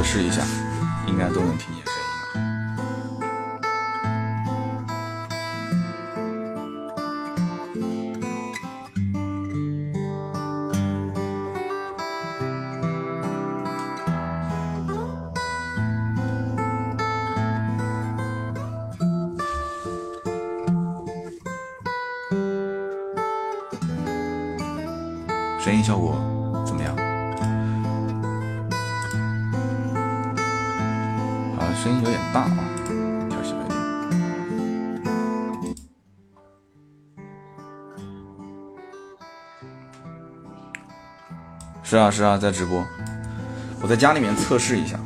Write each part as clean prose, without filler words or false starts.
试一下，应该都能听见声音了。声音效果怎么样？啊，声音有点大啊，调小一点。是啊是啊，在直播，我在家里面测试一下。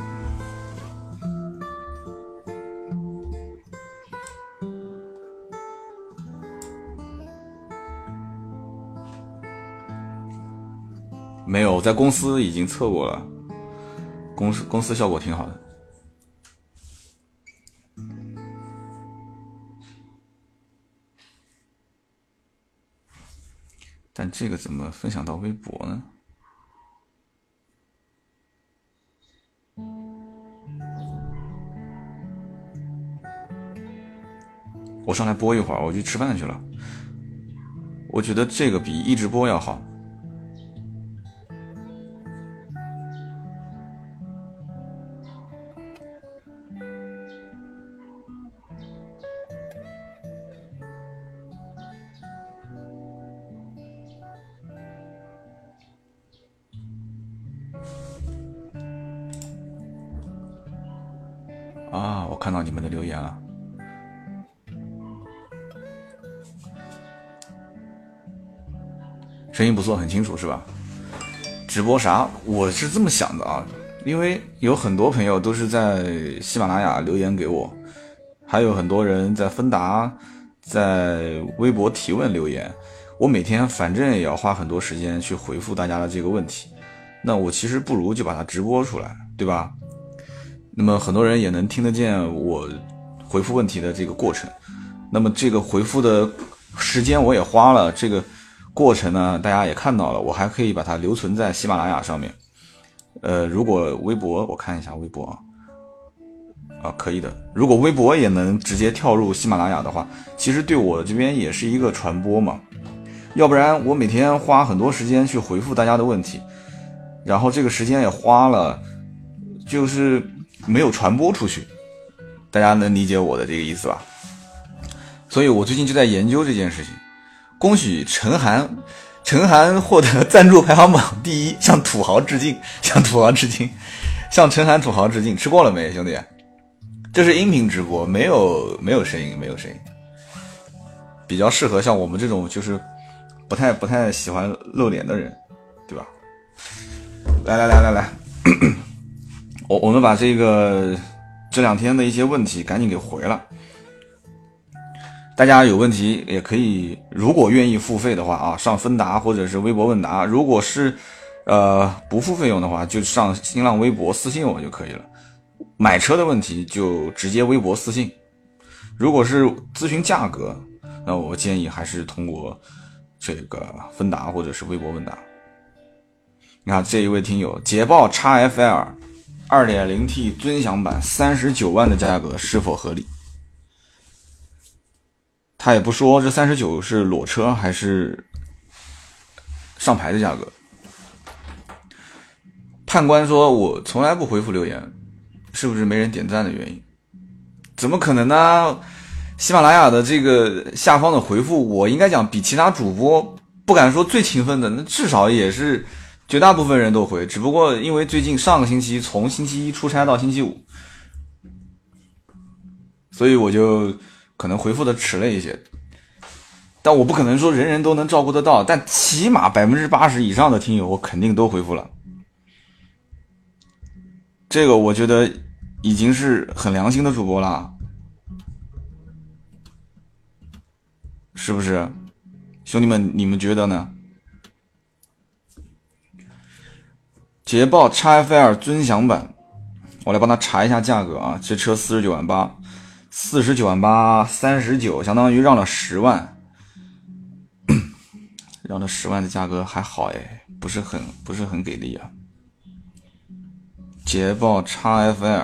没有，在公司已经测过了，公司效果挺好的。但这个怎么分享到微博呢？我上来播一会儿，我去吃饭去了。我觉得这个比一直播要好。啊，我看到你们的留言了。声音不错，很清楚是吧？直播啥？我是这么想的啊，因为有很多朋友都是在喜马拉雅留言给我，还有很多人在芬达、在微博提问留言。我每天反正也要花很多时间去回复大家的这个问题，那我其实不如就把它直播出来，对吧？那么很多人也能听得见我回复问题的这个过程，那么这个回复的时间我也花了，这个过程呢大家也看到了，我还可以把它留存在喜马拉雅上面。如果微博，我看一下微博啊，可以的。如果微博也能直接跳入喜马拉雅的话，其实对我这边也是一个传播嘛。要不然我每天花很多时间去回复大家的问题，然后这个时间也花了，就是没有传播出去，大家能理解我的这个意思吧？所以我最近就在研究这件事情。恭喜陈涵获得赞助排行榜第一，向土豪致敬，向陈涵土豪致敬。吃过了没，兄弟？这是音频直播，没有声音，比较适合像我们这种就是不太喜欢露脸的人，对吧？来。我们把这两天的一些问题赶紧给回了。大家有问题也可以，如果愿意付费的话啊，上芬达或者是微博问答；如果是不付费用的话，就上新浪微博私信我就可以了。买车的问题就直接微博私信。如果是咨询价格，那我建议还是通过这个芬达或者是微博问答。你看这一位听友，捷豹 XFL 2.0T 尊享版39万的价格是否合理？他也不说这39是裸车还是上牌的价格。判官说我从来不回复留言，是不是没人点赞的原因？怎么可能呢？喜马拉雅的这个下方的回复，我应该讲比其他主播不敢说最勤奋的，那至少也是绝大部分人都回，只不过因为最近上个星期从星期一出差到星期五，所以我就可能回复的迟了一些。但我不可能说人人都能照顾得到，但起码80%以上的听友我肯定都回复了。这个我觉得已经是很良心的主播了，是不是？兄弟们，你们觉得呢？捷豹 XFL 尊享版，我来帮他查一下价格啊。这车49万8，49万8 39，相当于让了10万，让了10万的价格还好哎，不是很给力啊。 捷豹 XFL，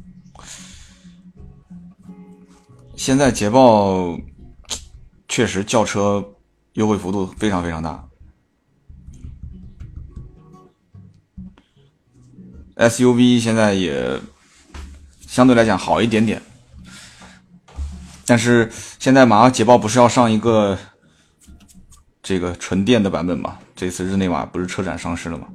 现在捷豹确实轿车优惠幅度非常非常大。SUV 现在也相对来讲好一点点，但是现在马上捷豹不是要上一个这个纯电的版本吗？这次日内瓦不是车展上市了吗？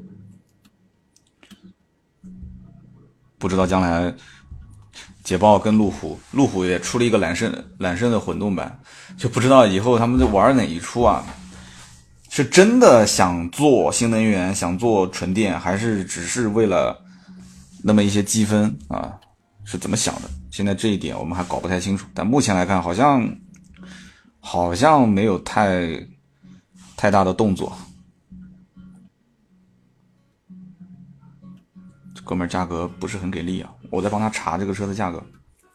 不知道将来捷豹跟路虎也出了一个揽胜的混动版，就不知道以后他们就玩哪一出啊？是真的想做新能源，想做纯电，还是只是为了那么一些积分啊？是怎么想的？现在这一点我们还搞不太清楚，但目前来看好像没有太大的动作。这哥们儿价格不是很给力啊，我在帮他查这个车的价格。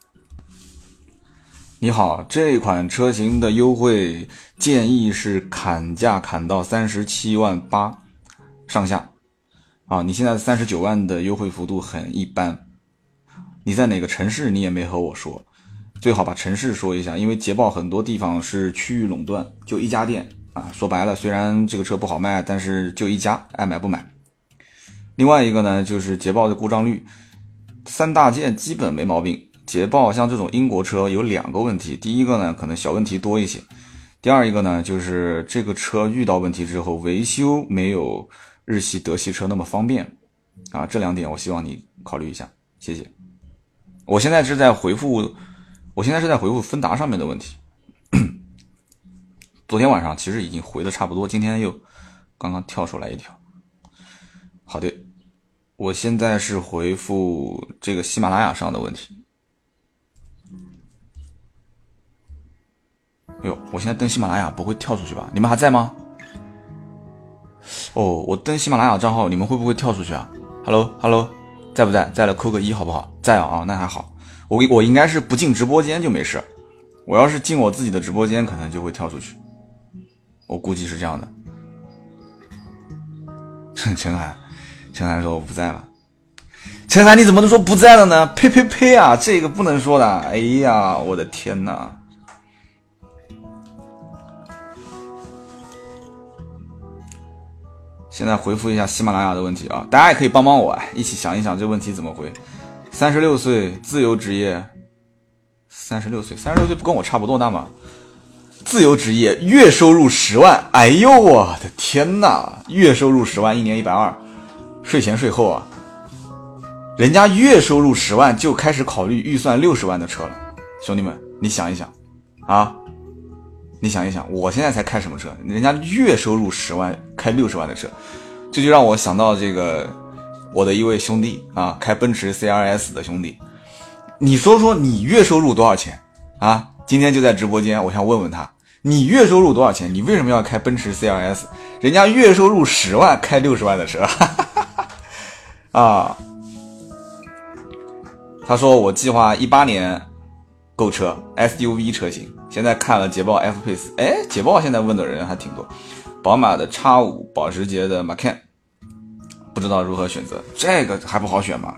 你好，这款车型的优惠建议是砍价砍到37.8万上下啊！你现在39万的优惠幅度很一般。你在哪个城市你也没和我说，最好把城市说一下，因为捷豹很多地方是区域垄断，就一家店啊。说白了，虽然这个车不好卖，但是就一家，爱买不买。另外一个呢，就是捷豹的故障率，3大件基本没毛病。捷豹像这种英国车有2个问题，第一个呢可能小问题多一些，第二一个呢就是这个车遇到问题之后维修没有日系德系车那么方便啊，这2点我希望你考虑一下，谢谢。我现在是在回复芬达上面的问题，昨天晚上其实已经回的差不多，今天又刚刚跳出来一条。好的，我现在是回复这个喜马拉雅上的问题。哎呦，我现在登喜马拉雅不会跳出去吧？你们还在吗？哦，我登喜马拉雅账号，你们会不会跳出去啊 ？Hello， 在不在？在了扣个1好不好？在啊，那还好。我应该是不进直播间就没事，我要是进我自己的直播间，可能就会跳出去。我估计是这样的。陈涵说我不在了。陈涵你怎么都说不在了呢？呸呸呸啊，这个不能说的。哎呀，我的天哪！现在回复一下喜马拉雅的问题啊，大家也可以帮帮我，一起想一想这问题怎么回。36岁，自由职业。36岁不跟我差不多大吗？自由职业，月收入10万。哎呦我的天哪，月收入10万，1年120，税前税后啊，人家月收入10万就开始考虑预算60万的车了。兄弟们，你想一想啊，你想一想，我现在才开什么车？人家月收入10万开60万的车，这就让我想到这个我的一位兄弟啊，开奔驰 CRS 的兄弟。你说说你月收入多少钱啊？今天就在直播间，我想问问他，你月收入多少钱？你为什么要开奔驰 CRS？ 人家月收入10万开60万的车啊。他说我计划18年购车 SUV 车型，现在看了捷豹 F-Pace， 哎，捷豹现在问的人还挺多，宝马的 X5， 保时捷的 Macan， 不知道如何选择，这个还不好选吗？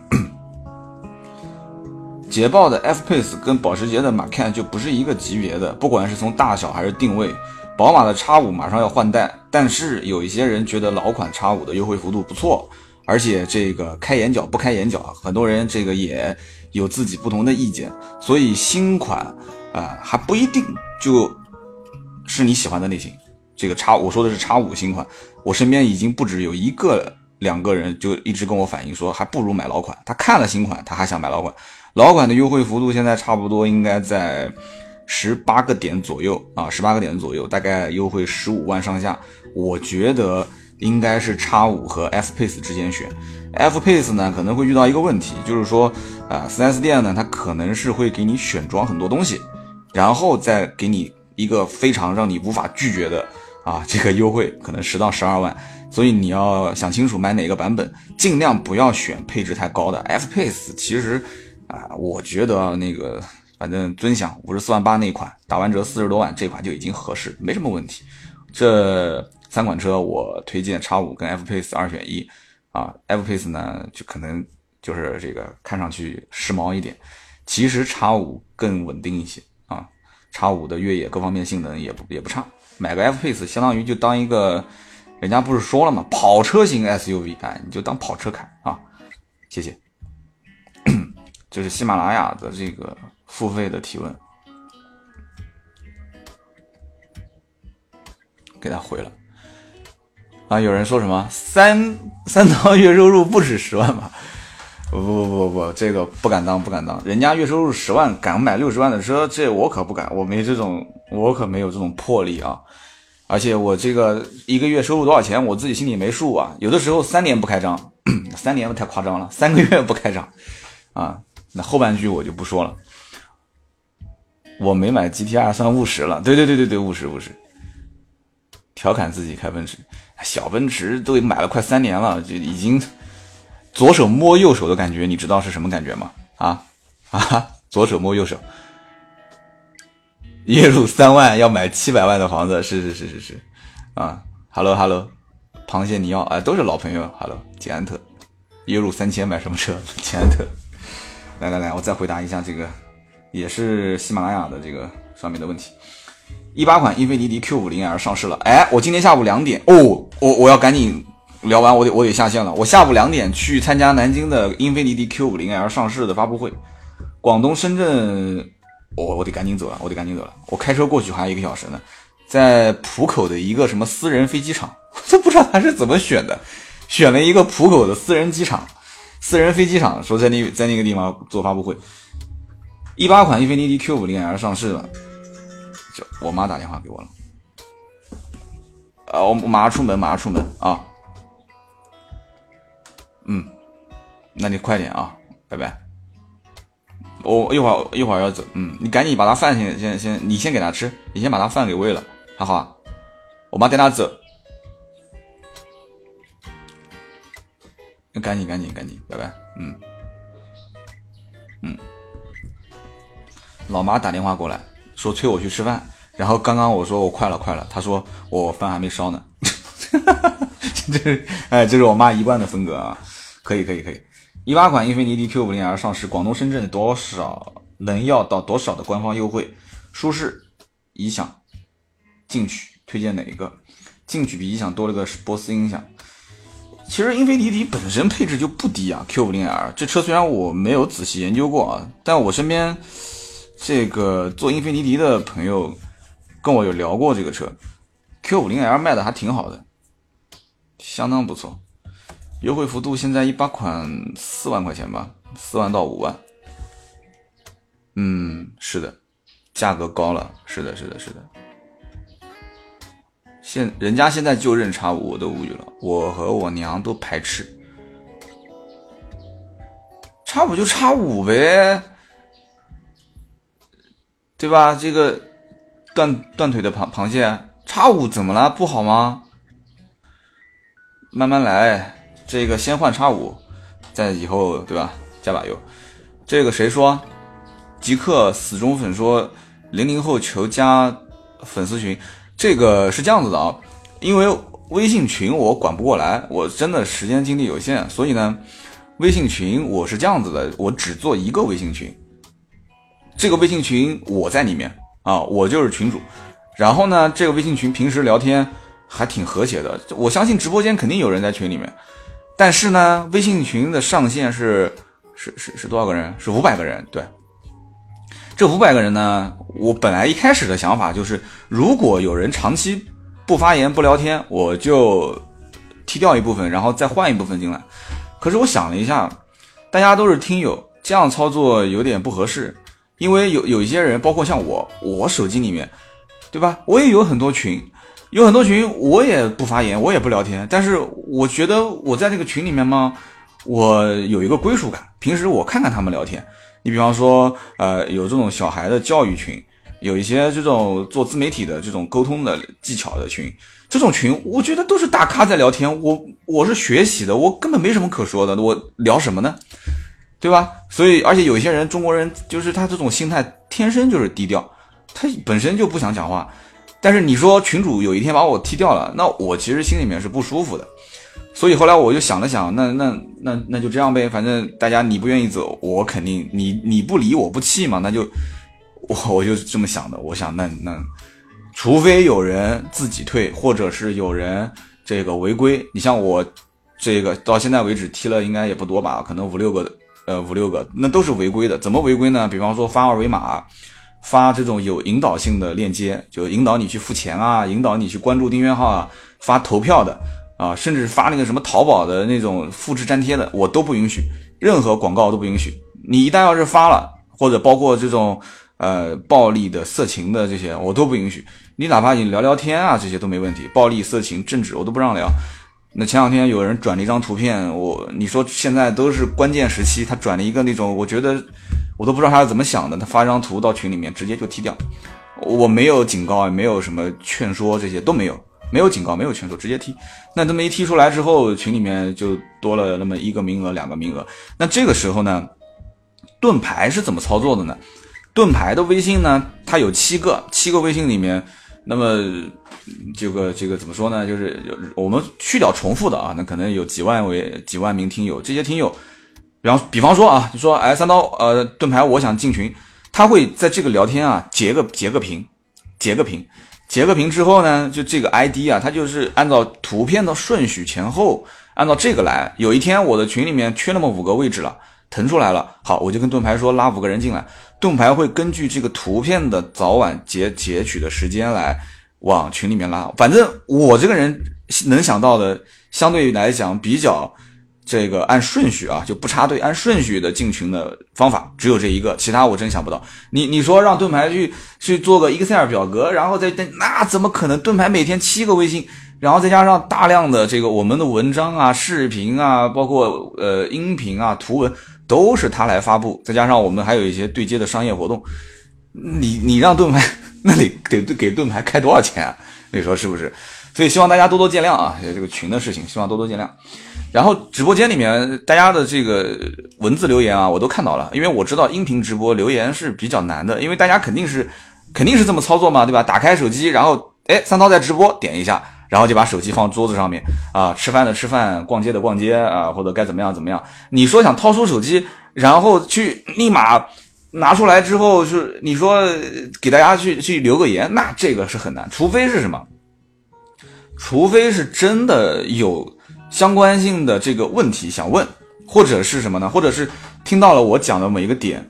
捷豹的 F-Pace 跟保时捷的 Macan 就不是一个级别的，不管是从大小还是定位。宝马的 X5 马上要换代，但是有一些人觉得老款 X5 的优惠幅度不错，而且这个开眼角不开眼角，很多人这个也有自己不同的意见，所以新款还不一定就是你喜欢的类型。这个我说的是 X5 新款，我身边已经不止有2个人就一直跟我反映说还不如买老款，他看了新款他还想买老款。老款的优惠幅度现在差不多应该在18个点左右啊，18个点左右，大概优惠15万上下。我觉得应该是 X5 和 F-Pace 之间选。F-Pace 呢可能会遇到一个问题，就是说4S 店呢它可能是会给你选装很多东西，然后再给你一个非常让你无法拒绝的这个优惠，可能10到12万。所以你要想清楚买哪个版本，尽量不要选配置太高的。F-Pace 其实我觉得那个反正尊享54万8那款打完折40多万，这款就已经合适，没什么问题。这3款车我推荐 X5 跟 F-Pace 2选1F-Pace 呢就可能就是这个看上去时髦一点，其实 X5 更稳定一些啊。X5 的越野各方面性能也不差，买个 F-Pace 相当于就当一个，人家不是说了吗？跑车型 SUV， 哎，你就当跑车开啊。谢谢。这是喜马拉雅的这个付费的提问，给他回了。啊，有人说什么三刀月收入不止10万吧？不，这个不敢当。人家月收入10万，敢买60万的车，这我可不敢，我可没有这种魄力啊！而且我这个一个月收入多少钱，我自己心里没数啊。有的时候3年不开张，3年太夸张了，3个月不开张啊。那后半句我就不说了。我没买 GT2 算务实了，对，务实。调侃自己开奔驰，小奔驰都买了快3年了，就已经左手摸右手的感觉，你知道是什么感觉吗？左手摸右手，月入3万要买700万的房子，是啊。Hello， 螃蟹你要都是老朋友。Hello， 捷安特，月入3000买什么车？捷安特。来，我再回答一下这个，也是喜马拉雅的这个上面的问题。18款英菲尼迪 Q50L 上市了，我今天下午2点我要赶紧聊完，我得下线了。我下午2点去参加南京的英菲尼迪 Q50L 上市的发布会，广东深圳，我得赶紧走了，我开车过去还有1个小时呢，在浦口的一个什么私人飞机场，我都不知道他是怎么选的，选了一个浦口的私人飞机场，说在那个地方做发布会。18款英菲尼迪 Q50L 上市了。我妈打电话给我了，我马上出门啊。那你快点啊，拜拜。我一会儿要走，你赶紧把他饭你先给他吃，你先把他饭给喂了，好好啊。我妈带他走，赶紧，拜拜。老妈打电话过来。说催我去吃饭，然后刚刚我说我快了，他说我饭还没烧呢。这是我妈一贯的风格啊。可以。18款英菲尼迪 Q50L 上市，广东深圳多少能要到多少的官方优惠？舒适、理想、进取，推荐哪一个？进取比理想多了个波斯音响。其实英菲尼迪本身配置就不低啊 ，Q50L 这车虽然我没有仔细研究过啊，但我身边这个做英菲尼迪的朋友跟我有聊过这个车 ，Q50L 卖的还挺好的，相当不错。优惠幅度现在18款4万块钱吧，4万到5万。是的，价格高了，是的。人家现在就认X5，我都无语了，我和我娘都排斥。X5就X5呗。对吧？这个断腿的螃蟹，X5怎么了？不好吗？慢慢来，这个先换X5，再以后对吧？加把油。这个谁说？极客死忠粉说00后求加粉丝群，这个是这样子的啊，因为微信群我管不过来，我真的时间精力有限，所以呢，微信群我是这样子的，我只做一个微信群。这个微信群我在里面啊，我就是群主。然后呢，这个微信群平时聊天还挺和谐的，我相信直播间肯定有人在群里面。但是呢，微信群的上限是多少个人？是500个人。对，这500个人呢，我本来一开始的想法就是，如果有人长期不发言不聊天，我就踢掉一部分，然后再换一部分进来。可是我想了一下，大家都是听友，这样操作有点不合适。因为有一些人，包括像我手机里面，对吧？我也有很多群，我也不发言，我也不聊天。但是我觉得我在这个群里面嘛，我有一个归属感。平时我看他们聊天，你比方说有这种小孩的教育群，有一些这种做自媒体的这种沟通的技巧的群，这种群我觉得都是大咖在聊天，我是学习的，我根本没什么可说的，我聊什么呢？对吧？所以而且有一些人，中国人就是他这种心态天生就是低调，他本身就不想讲话。但是你说群主有一天把我踢掉了，那我其实心里面是不舒服的。 所以后来我就想了想，那就这样呗，反正大家你不愿意走，我肯定你不理我不气嘛，那就我就这么想的。我想那除非有人自己退，或者是有人这个违规。你像我这个到现在为止踢了应该也不多吧，可能五六个，那都是违规的。怎么违规呢？比方说发二维码，发这种有引导性的链接，就引导你去付钱啊，引导你去关注订阅号啊，发投票的啊，甚至发那个什么淘宝的那种复制粘贴的，我都不允许，任何广告都不允许。你一旦要是发了，或者包括这种暴力的、色情的这些，我都不允许。你哪怕你聊聊天啊，这些都没问题。暴力、色情、政治我都不让聊。那前两天有人转了一张图片，你说现在都是关键时期，他转了一个那种，我觉得我都不知道他是怎么想的，他发一张图到群里面直接就踢掉。我没有警告，也没有什么劝说，这些都没有。没有警告，没有劝说，直接踢。那这么一踢出来之后，群里面就多了那么1个名额、2个名额。那这个时候呢，盾牌是怎么操作的呢？盾牌的微信呢，它有7个微信里面，那么这个怎么说呢？就是我们去掉重复的啊，那可能有几万名听友，这些听友，比方说啊，就说三刀盾牌，我想进群，他会在这个聊天啊截个屏之后呢，就这个 ID 啊，它就是按照图片的顺序前后，按照这个来。有一天我的群里面缺那么5个位置了，腾出来了，好，我就跟盾牌说拉5个人进来，盾牌会根据这个图片的早晚截取的时间来往群里面拉。反正我这个人能想到的，相对于来讲比较这个按顺序啊，就不插队，按顺序的进群的方法只有这一个，其他我真想不到。你说让盾牌去做个 Excel 表格，然后那怎么可能？盾牌每天7个微信，然后再加上大量的这个我们的文章啊、视频啊，包括音频啊、图文都是他来发布，再加上我们还有一些对接的商业活动，你让盾牌那得给盾牌开多少钱啊？你说是不是？所以希望大家多多见谅啊，这个群的事情希望多多见谅。然后直播间里面大家的这个文字留言啊，我都看到了，因为我知道音频直播留言是比较难的，因为大家肯定是这么操作嘛，对吧？打开手机，然后三刀在直播，点一下，然后就把手机放桌子上面啊，吃饭的吃饭，逛街的逛街啊，或者该怎么样怎么样。你说想掏出手机，然后去立马拿出来之后，是你说给大家去留个言，那这个是很难，除非是什么？除非是真的有相关性的这个问题想问，或者是什么呢？或者是听到了我讲的某一个点，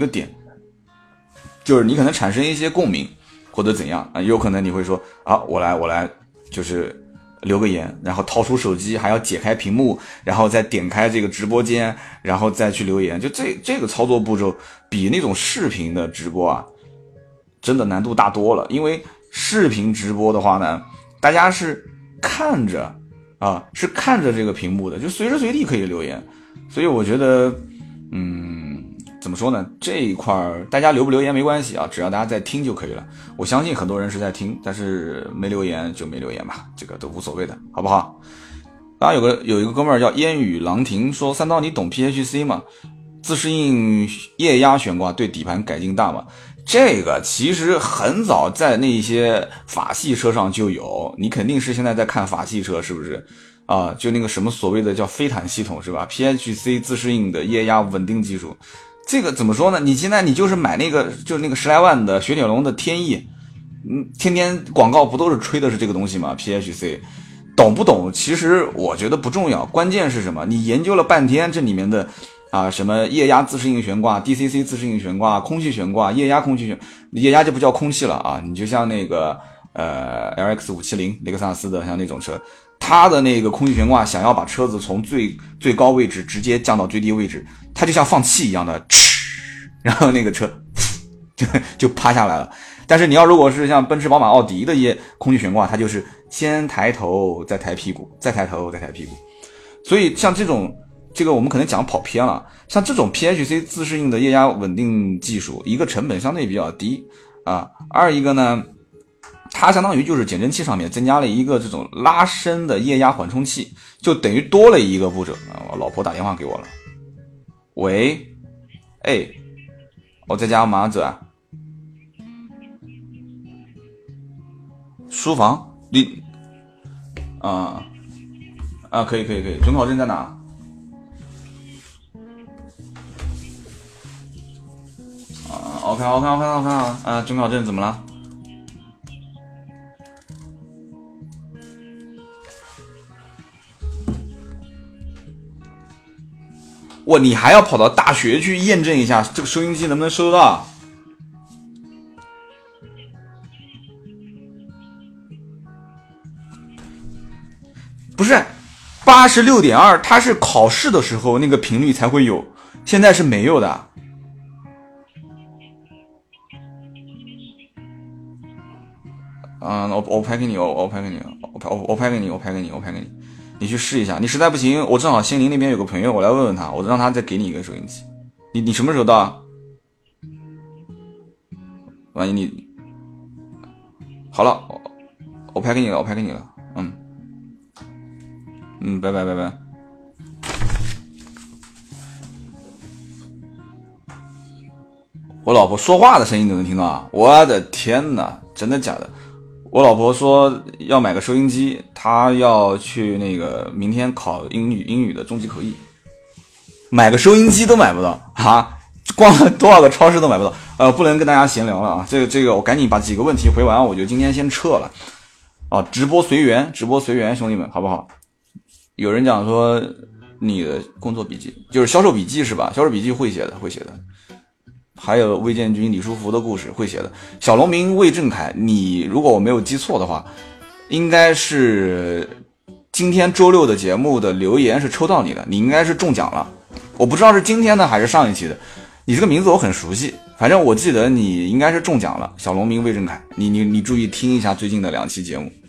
就是你可能产生一些共鸣，或者怎样啊？有可能你会说啊，我来，就是留个言，然后掏出手机，还要解开屏幕，然后再点开这个直播间，然后再去留言。就这个操作步骤比那种视频的直播啊，真的难度大多了。因为视频直播的话呢，大家是看着这个屏幕的，就随时随地可以留言，所以我觉得，怎么说呢？这一块大家留不留言没关系啊，只要大家在听就可以了。我相信很多人是在听，但是没留言就没留言吧，这个都无所谓的，好不好？当然有一个哥们儿叫烟雨郎庭说，三刀你懂 PHC 吗？自适应液压悬挂对底盘改进大吗？这个其实很早在那些法系车上就有，你肯定是现在在看法系车是不是啊？就那个什么所谓的叫飞毯系统是吧？ PHC 自适应的液压稳定技术，这个怎么说呢？你现在你就是买那个就是那个10来万的雪铁龙的天翼，天天广告不都是吹的是这个东西吗？ PHC 懂不懂其实我觉得不重要，关键是什么？你研究了半天这里面的什么液压自适应悬挂、DCC 自适应悬挂、空气悬挂、液压空气悬，液压就不叫空气了啊！你就像那个LX570雷克萨斯的像那种车，它的那个空气悬挂想要把车子从最高位置直接降到最低位置，它就像放气一样的，然后那个车就趴下来了。但是你要如果是像奔驰、宝马、奥迪的空气悬挂，它就是先抬头再抬屁股，再抬头再抬屁股。所以像这个我们可能讲跑偏了，像这种 PHC 自适应的液压稳定技术，一个成本相对比较低啊，二一个呢，它相当于就是减震器上面增加了一个这种拉伸的液压缓冲器，就等于多了一个步骤啊。我老婆打电话给我了，喂，我在家马上走啊。书房，你啊，可以，准考证在哪？OK 啊，准考证怎么了？你还要跑到大学去验证一下这个收音机能不能收到？不是，86.2，它是考试的时候那个频率才会有，现在是没有的。我拍给你，我拍给你，我拍给你，你去试一下。你实在不行，我正好仙林那边有个朋友，我来问问他，我让他再给你一个收音机。你什么时候到？万一你好了，我拍给你了，拜拜。我老婆说话的声音都能听到啊！我的天哪，真的假的？我老婆说要买个收音机，她要去那个明天考英语的中级口译，买个收音机都买不到啊！逛了多少个超市都买不到。不能跟大家闲聊了啊！这个我赶紧把几个问题回完，我就今天先撤了。直播随缘，兄弟们，好不好？有人讲说你的工作笔记就是销售笔记是吧？销售笔记会写的。还有魏建军、李书福的故事会写的。小农民魏正凯，你如果我没有记错的话，应该是今天周六的节目的留言是抽到你的，你应该是中奖了。我不知道是今天的还是上一期的，你这个名字我很熟悉，反正我记得你应该是中奖了。小农民魏正凯，你注意听一下最近的2期节目。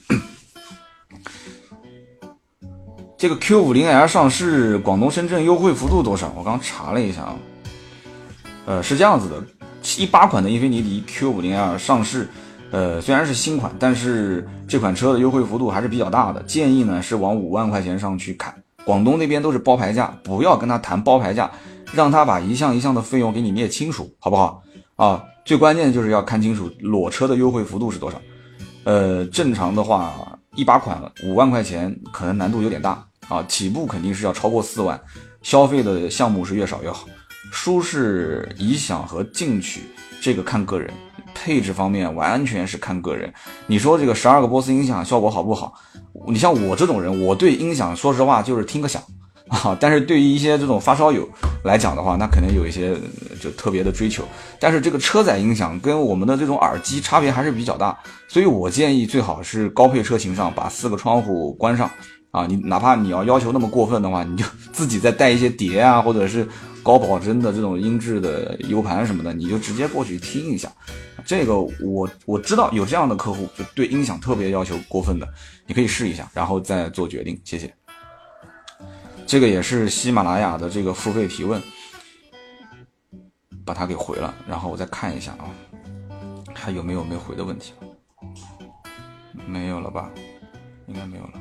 这个 Q50L 上市，广东深圳优惠幅度多少？我刚查了一下啊。是这样子的，18款的英菲尼迪 Q50L 上市，虽然是新款，但是这款车的优惠幅度还是比较大的，建议呢是往5万块钱上去砍。广东那边都是包牌价，不要跟他谈包牌价，让他把一项一项的费用给你列清楚，好不好？啊，最关键的就是要看清楚裸车的优惠幅度是多少。正常的话，18款5万块钱可能难度有点大啊，起步肯定是要超过4万，消费的项目是越少越好。舒适、理想和进取，这个看个人，配置方面完全是看个人。你说这个12个波斯音响效果好不好？你像我这种人，我对音响说实话就是听个响啊，但是对于一些这种发烧友来讲的话，那可能有一些就特别的追求。但是这个车载音响跟我们的这种耳机差别还是比较大，所以我建议最好是高配车型上把4个窗户关上啊，你哪怕你要求那么过分的话，你就自己再带一些碟啊，或者是高保真的这种音质的 U 盘什么的，你就直接过去听一下。这个我知道有这样的客户，就对音响特别要求过分的，你可以试一下，然后再做决定。谢谢。这个也是喜马拉雅的这个付费提问，把它给回了，然后我再看一下啊，还有没有没回的问题？没有了吧？应该没有了。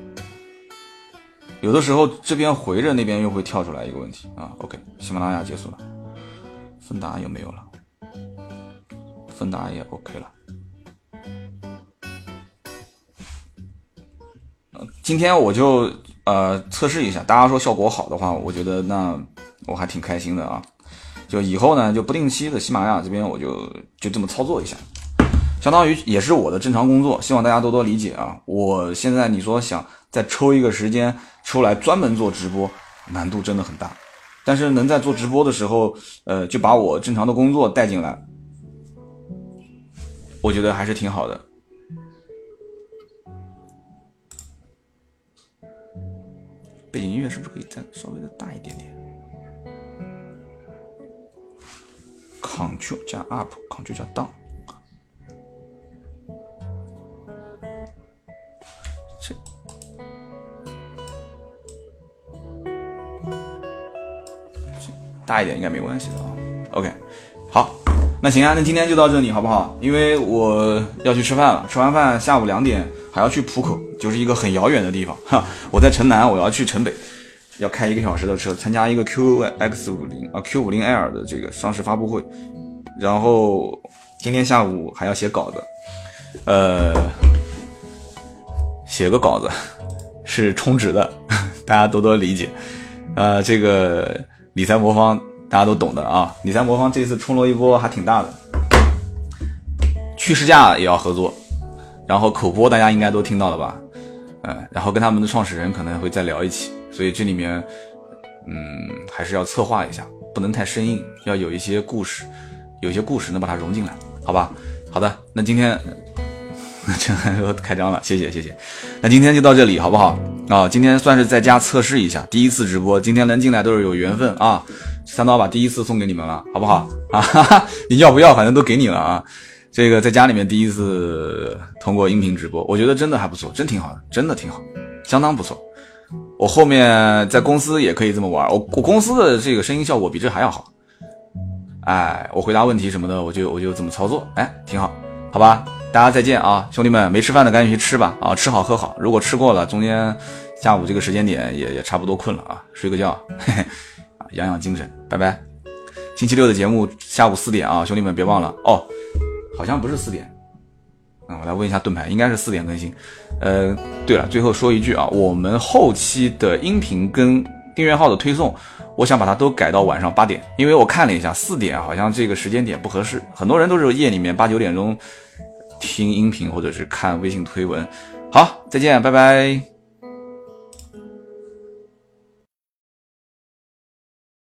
有的时候这边回着，那边又会跳出来一个问题啊。OK， 喜马拉雅结束了，芬达有没有了？芬达也 OK 了。今天我就测试一下，大家说效果好的话，我觉得那我还挺开心的啊。就以后呢，就不定期的喜马拉雅这边我就这么操作一下，相当于也是我的正常工作，希望大家多多理解啊。我现在你说想再抽一个时间出来专门做直播，难度真的很大，但是能在做直播的时候就把我正常的工作带进来，我觉得还是挺好的。背景音乐是不是可以再稍微的大一点点？ Ctrl 加 Up Ctrl 加 Down， 这大一点应该没关系的啊。OK， 好，那行啊，那今天就到这里好不好？因为我要去吃饭了，吃完饭下午2点还要去浦口，就是一个很遥远的地方哈。我在城南，我要去城北，要开1个小时的车，参加一个 Q50L 的这个上市发布会，然后今天下午还要写稿子，写个稿子， 是充值的，大家多多理解。这个理财魔方大家都懂的啊，理财魔方这次冲了一波还挺大的，趋势价也要合作，然后口播大家应该都听到了吧？然后跟他们的创始人可能会再聊一起，所以这里面还是要策划一下，不能太生硬，要有一些故事，有些故事能把它融进来，好吧？好的，那今天这都开张了，谢谢。那今天就到这里，好不好？今天算是在家测试一下，第一次直播，今天能进来都是有缘分啊。三刀把第一次送给你们了，好不好？你要不要？反正都给你了啊。这个在家里面第一次通过音频直播，我觉得真的还不错，真挺好的，真的挺好，相当不错。我后面在公司也可以这么玩，我公司的这个声音效果比这还要好。我回答问题什么的，我就这么操作，挺好，好吧？大家再见啊，兄弟们，没吃饭的赶紧去吃吧，吃好喝好。如果吃过了，中间下午这个时间点也差不多困了啊，睡个觉，养养精神，拜拜。星期六的节目下午4点啊，兄弟们别忘了哦。好像不是4点，我来问一下盾牌，应该是4点更新。对了，最后说一句啊，我们后期的音频跟订阅号的推送，我想把它都改到晚上8点，因为我看了一下4点好像这个时间点不合适，很多人都是夜里面8、9点钟听音频或者是看微信推文。好，再见，拜拜。